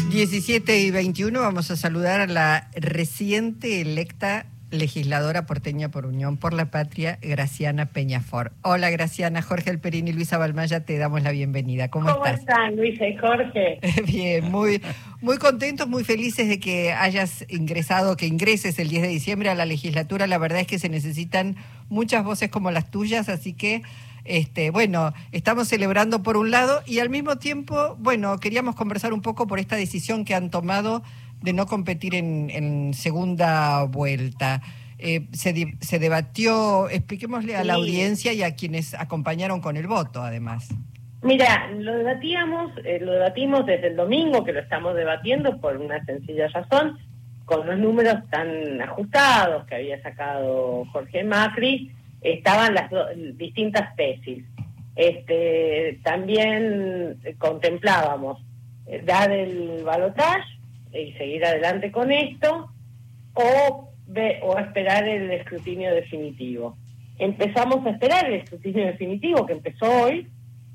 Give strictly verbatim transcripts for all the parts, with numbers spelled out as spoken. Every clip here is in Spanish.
diecisiete y veintiuno vamos a saludar a la reciente electa legisladora porteña por Unión por la Patria, Graciana Peñafort. Hola Graciana, Jorge Alperín y Luisa Balmaya te damos la bienvenida. ¿Cómo, ¿Cómo estás? están Luisa y Jorge? Bien, muy, muy contentos, muy felices de que hayas ingresado, que ingreses el diez de diciembre a la legislatura. La verdad es que se necesitan muchas voces como las tuyas, así que Este, bueno, estamos celebrando por un lado y al mismo tiempo, bueno, queríamos conversar un poco por esta decisión que han tomado de no competir en, en segunda vuelta. Eh, se, se debatió, expliquémosle a la Sí. audiencia y a quienes acompañaron con el voto, además. Mira, lo debatíamos, eh, lo debatimos desde el domingo, que lo estamos debatiendo por una sencilla razón, con los números tan ajustados que había sacado Jorge Macri. Estaban las do- distintas tesis. Este, también contemplábamos eh, dar el balotaje y seguir adelante con esto, o, ve, o esperar el escrutinio definitivo. Empezamos a esperar el escrutinio definitivo, que empezó hoy,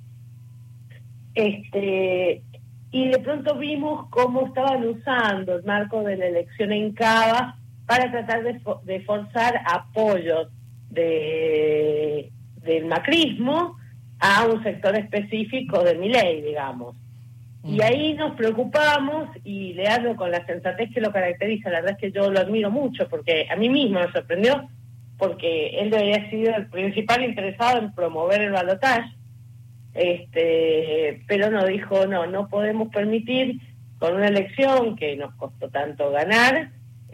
este, y de pronto vimos cómo estaban usando el marco de la elección en Cava para tratar de, fo- de forzar apoyos de del macrismo a un sector específico de Milei, digamos. Y ahí nos preocupamos, y Leandro, con la sensatez que lo caracteriza, la verdad es que yo lo admiro mucho, porque a mí mismo me sorprendió, porque él había sido el principal interesado en promover el balotaje, este, pero no, dijo, no, no podemos permitir, con una elección que nos costó tanto ganar,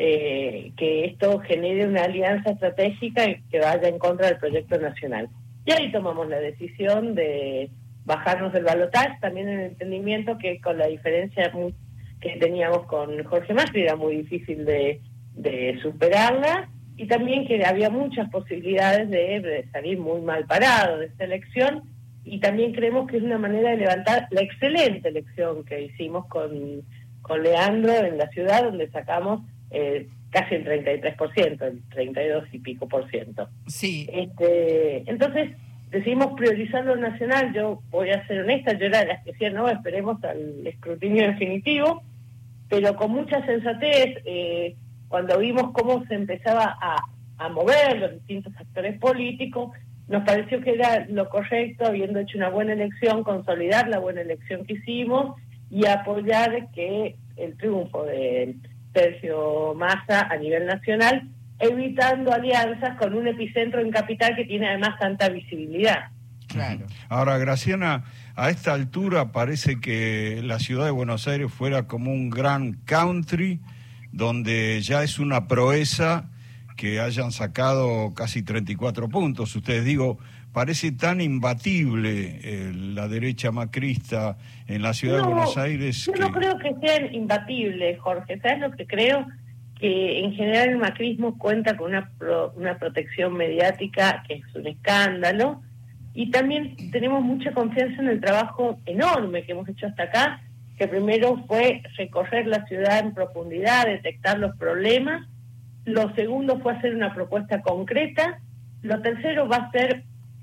Eh, que esto genere una alianza estratégica que vaya en contra del proyecto nacional. Y ahí tomamos la decisión de bajarnos del balotaje, también en el entendimiento que con la diferencia muy, que teníamos con Jorge Macri era muy difícil de, de superarla, y también que había muchas posibilidades de, de salir muy mal parado de esta elección, y también creemos que es una manera de levantar la excelente elección que hicimos con, con Leandro en la ciudad, donde sacamos Eh, casi el treinta y tres por ciento, el treinta y dos y pico por ciento. Sí. Este, entonces decidimos priorizar lo nacional. Yo voy a ser honesta, yo era de las que decía, no, esperemos al escrutinio definitivo, pero con mucha sensatez, eh, cuando vimos cómo se empezaba a, a mover los distintos actores políticos, nos pareció que era lo correcto, habiendo hecho una buena elección, consolidar la buena elección que hicimos y apoyar que el triunfo de Sergio Massa a nivel nacional, evitando alianzas con un epicentro en capital que tiene además tanta visibilidad. Claro. Ahora, Graciana, a esta altura parece que la ciudad de Buenos Aires fuera como un gran country, donde ya es una proeza que hayan sacado casi treinta y cuatro puntos. Ustedes, digo, parece tan imbatible eh, la derecha macrista en la ciudad no, de Buenos Aires. Yo que... no creo que sean imbatibles, Jorge. ¿Sabes lo que creo? Que en general el macrismo cuenta con una, pro, una protección mediática que es un escándalo, y también tenemos mucha confianza en el trabajo enorme que hemos hecho hasta acá, que primero fue recorrer la ciudad en profundidad, detectar los problemas. Lo segundo fue hacer una propuesta concreta. Lo tercero va a ser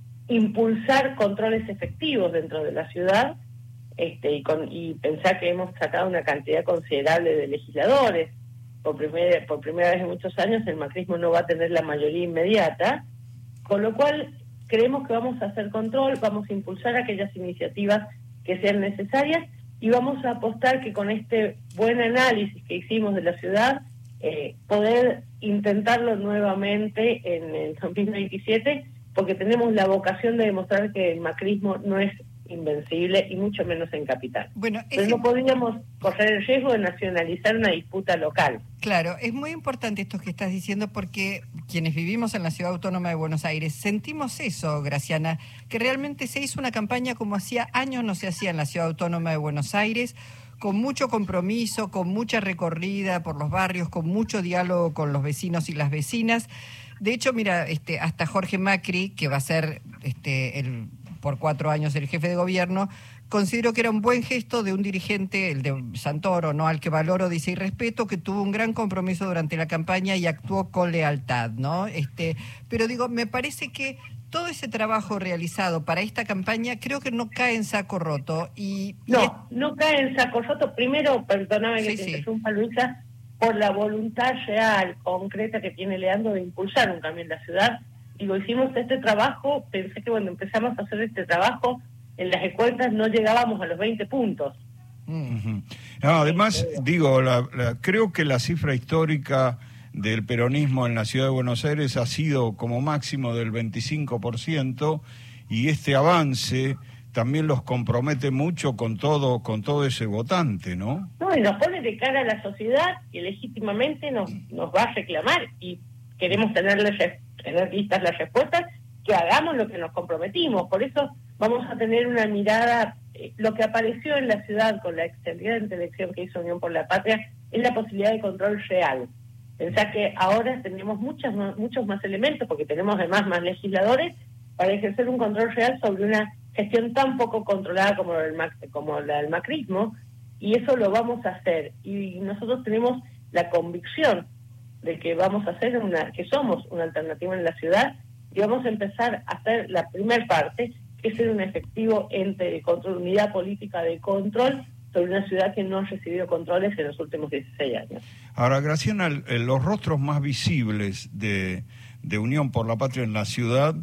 impulsar controles efectivos dentro de la ciudad, este, y, con, y pensar que hemos sacado una cantidad considerable de legisladores. Por primera, por primera vez en muchos años el macrismo no va a tener la mayoría inmediata, con lo cual creemos que vamos a hacer control, vamos a impulsar aquellas iniciativas que sean necesarias, y vamos a apostar que con este buen análisis que hicimos de la ciudad, eh, poder intentarlo nuevamente en el dos mil veintisiete, porque tenemos la vocación de demostrar que el macrismo no es invencible, y mucho menos en capital. Bueno, Pero es... no podríamos correr el riesgo de nacionalizar una disputa local. Claro, es muy importante esto que estás diciendo, porque quienes vivimos en la Ciudad Autónoma de Buenos Aires sentimos eso, Graciana, que realmente se hizo una campaña como hacía años no se hacía en la Ciudad Autónoma de Buenos Aires, con mucho compromiso, con mucha recorrida por los barrios, con mucho diálogo con los vecinos y las vecinas. De hecho, mira, este, hasta Jorge Macri, que va a ser este, el, por cuatro años el jefe de gobierno, considero que era un buen gesto de un dirigente, el de Santoro, ¿no?, al que valoro, dice, y respeto, que tuvo un gran compromiso durante la campaña y actuó con lealtad, ¿no? Este, pero digo, me parece que todo ese trabajo realizado para esta campaña creo que no cae en saco roto. Y, y no, es... no cae en saco roto. Primero, perdóname que sí, te sí. interrumpa, Luisa, por la voluntad real, concreta que tiene Leandro de impulsar un cambio en la ciudad. Digo, hicimos este trabajo, pensé que cuando empezamos a hacer este trabajo, en las encuestas no llegábamos a los veinte puntos. Uh-huh. No, además, digo, la, la, creo que la cifra histórica del peronismo en la ciudad de Buenos Aires ha sido como máximo del veinticinco por ciento, y este avance también los compromete mucho con todo con todo ese votante, ¿no? No, y nos pone de cara a la sociedad que legítimamente nos, nos va a reclamar, y queremos tenerle, tener listas las respuestas, que hagamos lo que nos comprometimos. Por eso vamos a tener una mirada, eh, lo que apareció en la ciudad con la excelente elección que hizo Unión por la Patria, es la posibilidad de control real. Pensá que ahora tenemos muchas, muchos más elementos, porque tenemos además más legisladores, para ejercer un control real sobre una gestión tan poco controlada como, el, como la del macrismo, y eso lo vamos a hacer. Y nosotros tenemos la convicción de que vamos a hacer una, que somos una alternativa en la ciudad, y vamos a empezar a hacer la primer parte, que es ser un efectivo ente de control, unidad política de control sobre una ciudad que no ha recibido controles en los últimos dieciséis años. Ahora, Graciana, los rostros más visibles de, de Unión por la Patria en la ciudad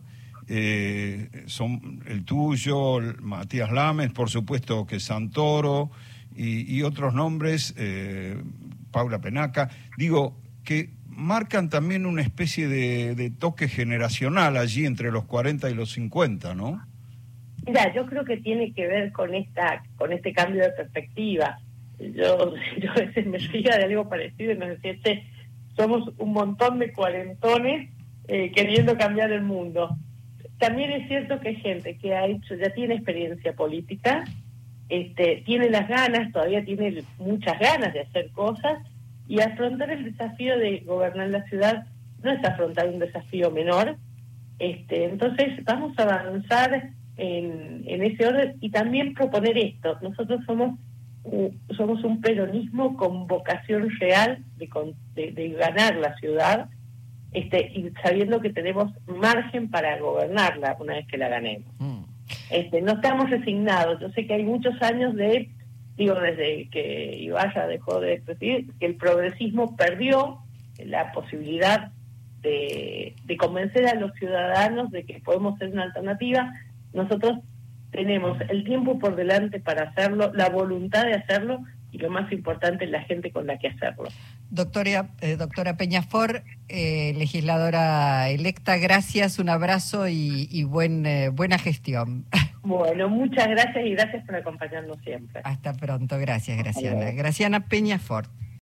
eh, son el tuyo, el Matías Lames, por supuesto que Santoro, y, y otros nombres, eh, Paula Penaca, digo, que marcan también una especie de, de toque generacional allí entre los cuarenta y los cincuenta, ¿no? Mira, yo creo que tiene que ver con esta con este cambio de perspectiva. Yo, yo a veces me río de algo parecido y me decía, che, somos un montón de cuarentones eh, queriendo cambiar el mundo. También es cierto que hay gente que ha hecho, ya tiene experiencia política, este, tiene las ganas, todavía tiene muchas ganas de hacer cosas, y afrontar el desafío de gobernar la ciudad no es afrontar un desafío menor. Este, entonces vamos a avanzar en, en ese orden y también proponer esto. Nosotros somos uh, somos un peronismo con vocación real de, de, de ganar la ciudad, este, y sabiendo que tenemos margen para gobernarla una vez que la ganemos. Mm. Este, no estamos resignados. Yo sé que hay muchos años de, digo, desde que Ibarra dejó de presidir, que el progresismo perdió la posibilidad de, de convencer a los ciudadanos de que podemos ser una alternativa. Nosotros tenemos el tiempo por delante para hacerlo, la voluntad de hacerlo, y lo más importante es la gente con la que hacerlo. Doctora, eh, doctora Peñafort, eh, legisladora electa, gracias, un abrazo y, y buen, eh, buena gestión. Bueno, muchas gracias y gracias por acompañarnos siempre. Hasta pronto, gracias, Graciana. Graciana Peñafort.